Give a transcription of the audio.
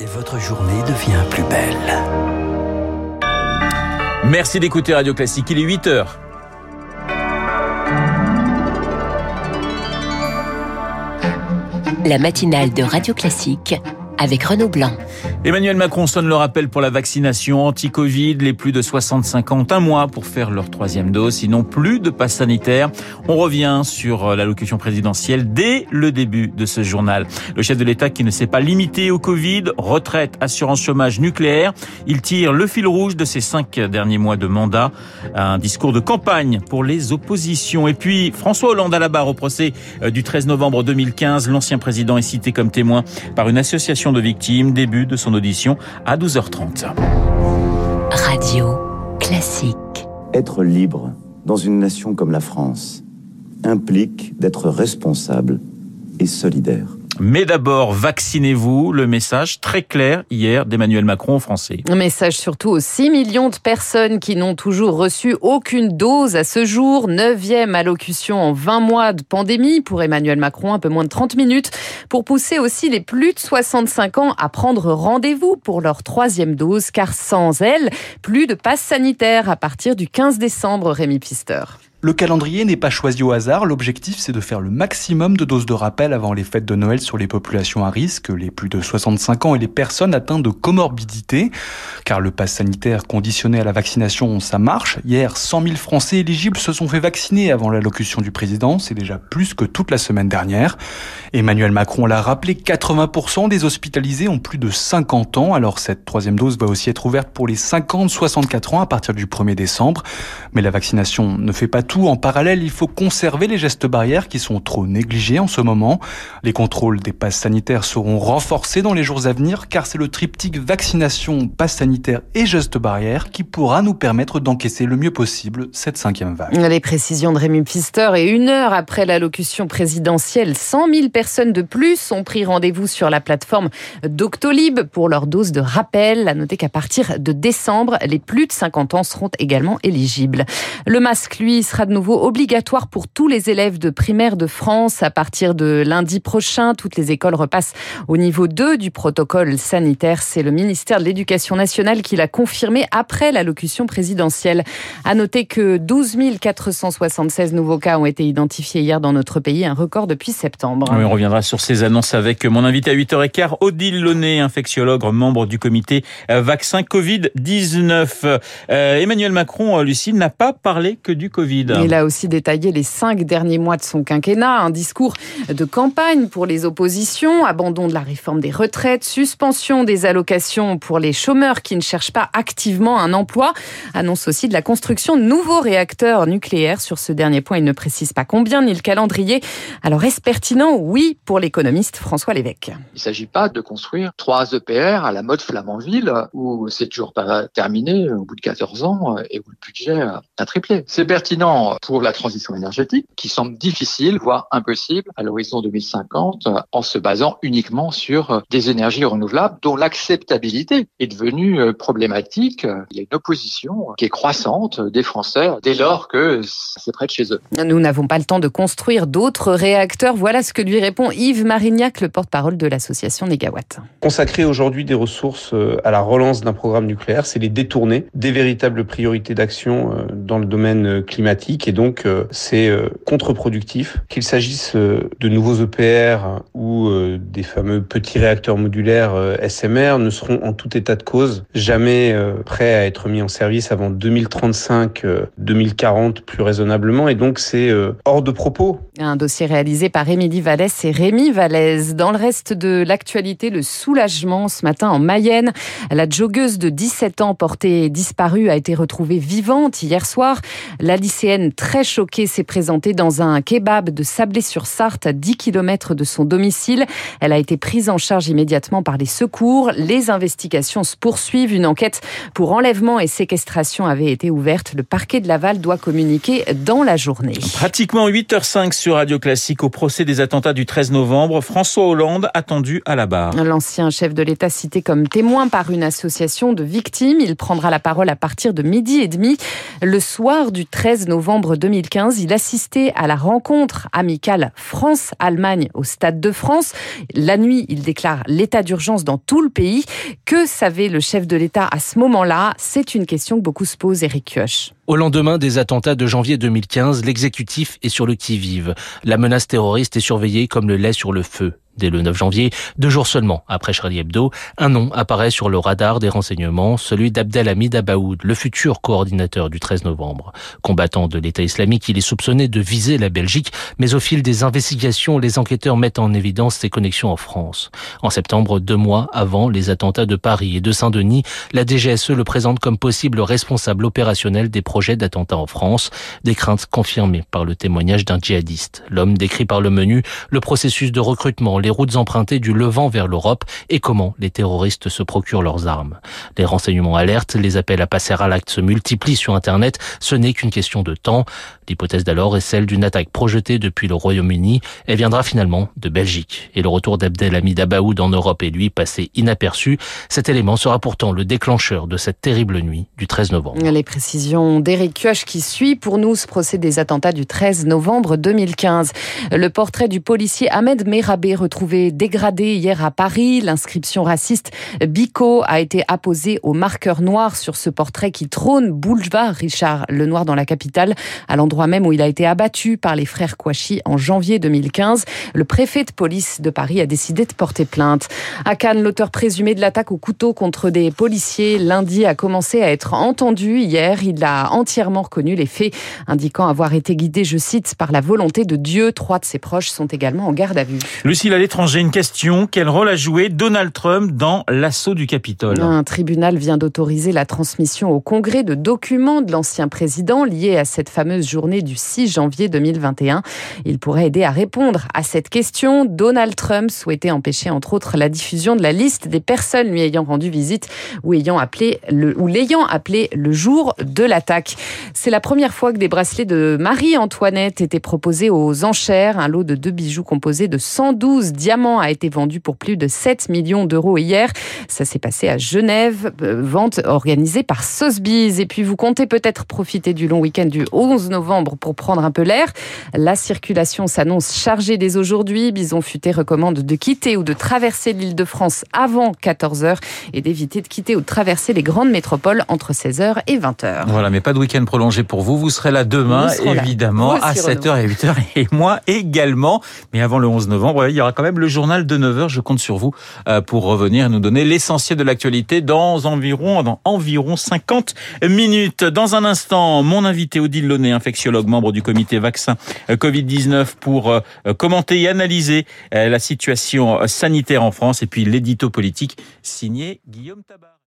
Et votre journée devient plus belle. Merci d'écouter Radio Classique, il est 8h. La matinale de Radio Classique avec Renaud Blanc. Emmanuel Macron sonne le rappel pour la vaccination anti-Covid. Les plus de 65 ans ont un mois pour faire leur 3e dose, sinon plus de passe sanitaire. On revient sur l'allocution présidentielle dès le début de ce journal. Le chef de l'État qui ne s'est pas limité au Covid, retraite, assurance chômage, nucléaire. Il tire le fil rouge de ses 5 derniers mois de mandat. Un discours de campagne pour les oppositions. Et puis François Hollande à la barre au procès du 13 novembre 2015. L'ancien président est cité comme témoin par une association de victimes. Début de son audition à 12h30. Radio Classique. Être libre dans une nation comme la France implique d'être responsable et solidaire. Mais d'abord, vaccinez-vous. Le message très clair hier d'Emmanuel Macron aux Français. Un message surtout aux 6 millions de personnes qui n'ont toujours reçu aucune dose à ce jour. 9e allocution en 20 mois de pandémie pour Emmanuel Macron, un peu moins de 30 minutes, pour pousser aussi les plus de 65 ans à prendre rendez-vous pour leur 3e dose, car sans elle, plus de passe sanitaire à partir du 15 décembre, Rémi Pfister. Le calendrier n'est pas choisi au hasard. L'objectif, c'est de faire le maximum de doses de rappel avant les fêtes de Noël sur les populations à risque, les plus de 65 ans et les personnes atteintes de comorbidité. Car le pass sanitaire conditionné à la vaccination, ça marche. Hier, 100 000 Français éligibles se sont fait vacciner avant l'allocution du président. C'est déjà plus que toute la semaine dernière. Emmanuel Macron l'a rappelé, 80% des hospitalisés ont plus de 50 ans. Alors cette 3e dose va aussi être ouverte pour les 50-64 ans à partir du 1er décembre. Mais la vaccination ne fait pas tout. En parallèle, il faut conserver les gestes barrières qui sont trop négligés en ce moment. Les contrôles des passes sanitaires seront renforcés dans les jours à venir car c'est le triptyque vaccination, passe sanitaire et gestes barrières qui pourra nous permettre d'encaisser le mieux possible cette 5e vague. Les précisions de Rémi Pfister. Et 1 heure après l'allocution présidentielle, 100 000 personnes de plus ont pris rendez-vous sur la plateforme Doctolib pour leur dose de rappel. À noter qu'à partir de décembre, les plus de 50 ans seront également éligibles. Le masque, lui, sera de nouveau obligatoire pour tous les élèves de primaire de France. À partir de lundi prochain, toutes les écoles repassent au niveau 2 du protocole sanitaire. C'est le ministère de l'Éducation nationale qui l'a confirmé après l'allocution présidentielle. À noter que 12 476 nouveaux cas ont été identifiés hier dans notre pays, un record depuis septembre. Oui, on reviendra sur ces annonces avec mon invité à 8h15, Odile Launay, infectiologue, membre du comité vaccin Covid-19. Emmanuel Macron, Lucie, n'a pas parlé que du Covid. Il a aussi détaillé les 5 derniers mois de son quinquennat, un discours de campagne pour les oppositions, abandon de la réforme des retraites, suspension des allocations pour les chômeurs qui ne cherchent pas activement un emploi, annonce aussi de la construction de nouveaux réacteurs nucléaires. Sur ce dernier point, il ne précise pas combien ni le calendrier. Alors est-ce pertinent? Oui, pour l'économiste François Lévesque. Il ne s'agit pas de construire 3 EPR à la mode Flamanville où c'est toujours pas terminé au bout de 14 ans et où le budget a triplé. C'est pertinent pour la transition énergétique qui semble difficile, voire impossible à l'horizon 2050 en se basant uniquement sur des énergies renouvelables dont l'acceptabilité est devenue problématique. Il y a une opposition qui est croissante des Français dès lors que c'est près de chez eux. Nous n'avons pas le temps de construire d'autres réacteurs. Voilà ce que lui répond Yves Marignac, le porte-parole de l'association Négawatt. Consacrer aujourd'hui des ressources à la relance d'un programme nucléaire, c'est les détourner des véritables priorités d'action dans le domaine climatique et donc c'est contre-productif. Qu'il s'agisse de nouveaux EPR ou des fameux petits réacteurs modulaires SMR ne seront en tout état de cause jamais prêts à être mis en service avant 2035, 2040 plus raisonnablement et donc c'est hors de propos. Un dossier réalisé par Émilie Vallès et Rémi Vallès. Dans le reste de l'actualité, le soulagement ce matin en Mayenne. La joggeuse de 17 ans portée disparue a été retrouvée vivante hier soir. La lycéenne très choquée s'est présentée dans un kebab de Sablé-sur-Sarthe à 10 km de son domicile. Elle a été prise en charge immédiatement par les secours. Les investigations se poursuivent. Une enquête pour enlèvement et séquestration avait été ouverte. Le parquet de Laval doit communiquer dans la journée. Pratiquement 8h05 sur Radio Classique au procès des attentats du 13 novembre. François Hollande attendu à la barre. L'ancien chef de l'État cité comme témoin par une association de victimes. Il prendra la parole à partir de 12h30 le soir du 13 novembre. novembre 2015. Il assistait à la rencontre amicale France-Allemagne au Stade de France. La nuit, il déclare l'état d'urgence dans tout le pays. Que savait le chef de l'État à ce moment-là? C'est une question que beaucoup se posent, Éric Kioch. Au lendemain des attentats de janvier 2015, l'exécutif est sur le qui-vive. La menace terroriste est surveillée comme le lait sur le feu. Dès le 9 janvier, 2 jours seulement après Charlie Hebdo, un nom apparaît sur le radar des renseignements, celui d'Abdelhamid Abaoud, le futur coordinateur du 13 novembre. Combattant de l'État islamique, il est soupçonné de viser la Belgique, mais au fil des investigations, les enquêteurs mettent en évidence ses connexions en France. En septembre, 2 mois avant les attentats de Paris et de Saint-Denis, la DGSE le présente comme possible responsable opérationnel des projets d'attentats en France, des craintes confirmées par le témoignage d'un djihadiste. L'homme décrit par le menu le processus de recrutement, les routes empruntées du Levant vers l'Europe et comment les terroristes se procurent leurs armes. Les renseignements alertent, les appels à passer à l'acte se multiplient sur Internet, ce n'est qu'une question de temps. L'hypothèse d'alors est celle d'une attaque projetée depuis le Royaume-Uni. Elle viendra finalement de Belgique. Et le retour d'Abdelhamid Abaoud en Europe est lui passé inaperçu. Cet élément sera pourtant le déclencheur de cette terrible nuit du 13 novembre. Les précisions d'Éric Kioch qui suit pour nous ce procès des attentats du 13 novembre 2015. Le portrait du policier Ahmed Merabé retrouvé dégradé hier à Paris. L'inscription raciste Bico a été apposée au marqueur noir sur ce portrait qui trône boulevard Richard Lenoir dans la capitale, à l'endroit même où il a été abattu par les frères Kouachi en janvier 2015. Le préfet de police de Paris a décidé de porter plainte. À Cannes, l'auteur présumé de l'attaque au couteau contre des policiers lundi a commencé à être entendu hier. Il a entièrement reconnu les faits, indiquant avoir été guidé, je cite, par la volonté de Dieu. 3 de ses proches sont également en garde à vue. Lucille, à l'étranger, une question. Quel rôle a joué Donald Trump dans l'assaut du Capitole? Un tribunal vient d'autoriser la transmission au Congrès de documents de l'ancien président liés à cette fameuse journée du 6 janvier 2021. Il pourrait aider à répondre à cette question. Donald Trump souhaitait empêcher entre autres la diffusion de la liste des personnes lui ayant rendu visite ou l'ayant appelé le jour de l'attaque. C'est la première fois que des bracelets de Marie-Antoinette étaient proposés aux enchères. Un lot de 2 bijoux composés de 112 diamants a été vendu pour plus de 7 millions d'euros hier. Ça s'est passé à Genève, vente organisée par Sotheby's. Et puis vous comptez peut-être profiter du long week-end du 11 novembre pour prendre un peu l'air. La circulation s'annonce chargée dès aujourd'hui. Bison Futé recommande de quitter ou de traverser l'Île-de-France avant 14h et d'éviter de quitter ou de traverser les grandes métropoles entre 16h et 20h. Voilà, mais pas de week-end prolongé pour vous. Vous serez là demain, évidemment, à 7h et 8h, et moi également. Mais avant le 11 novembre, il y aura quand même le journal de 9h. Je compte sur vous pour revenir et nous donner l'essentiel de l'actualité dans environ 50 minutes. Dans un instant, mon invité Odile Launay, infectiologue, membre du comité vaccin Covid-19, pour commenter et analyser la situation sanitaire en France. Et puis l'édito politique signé Guillaume Tabar.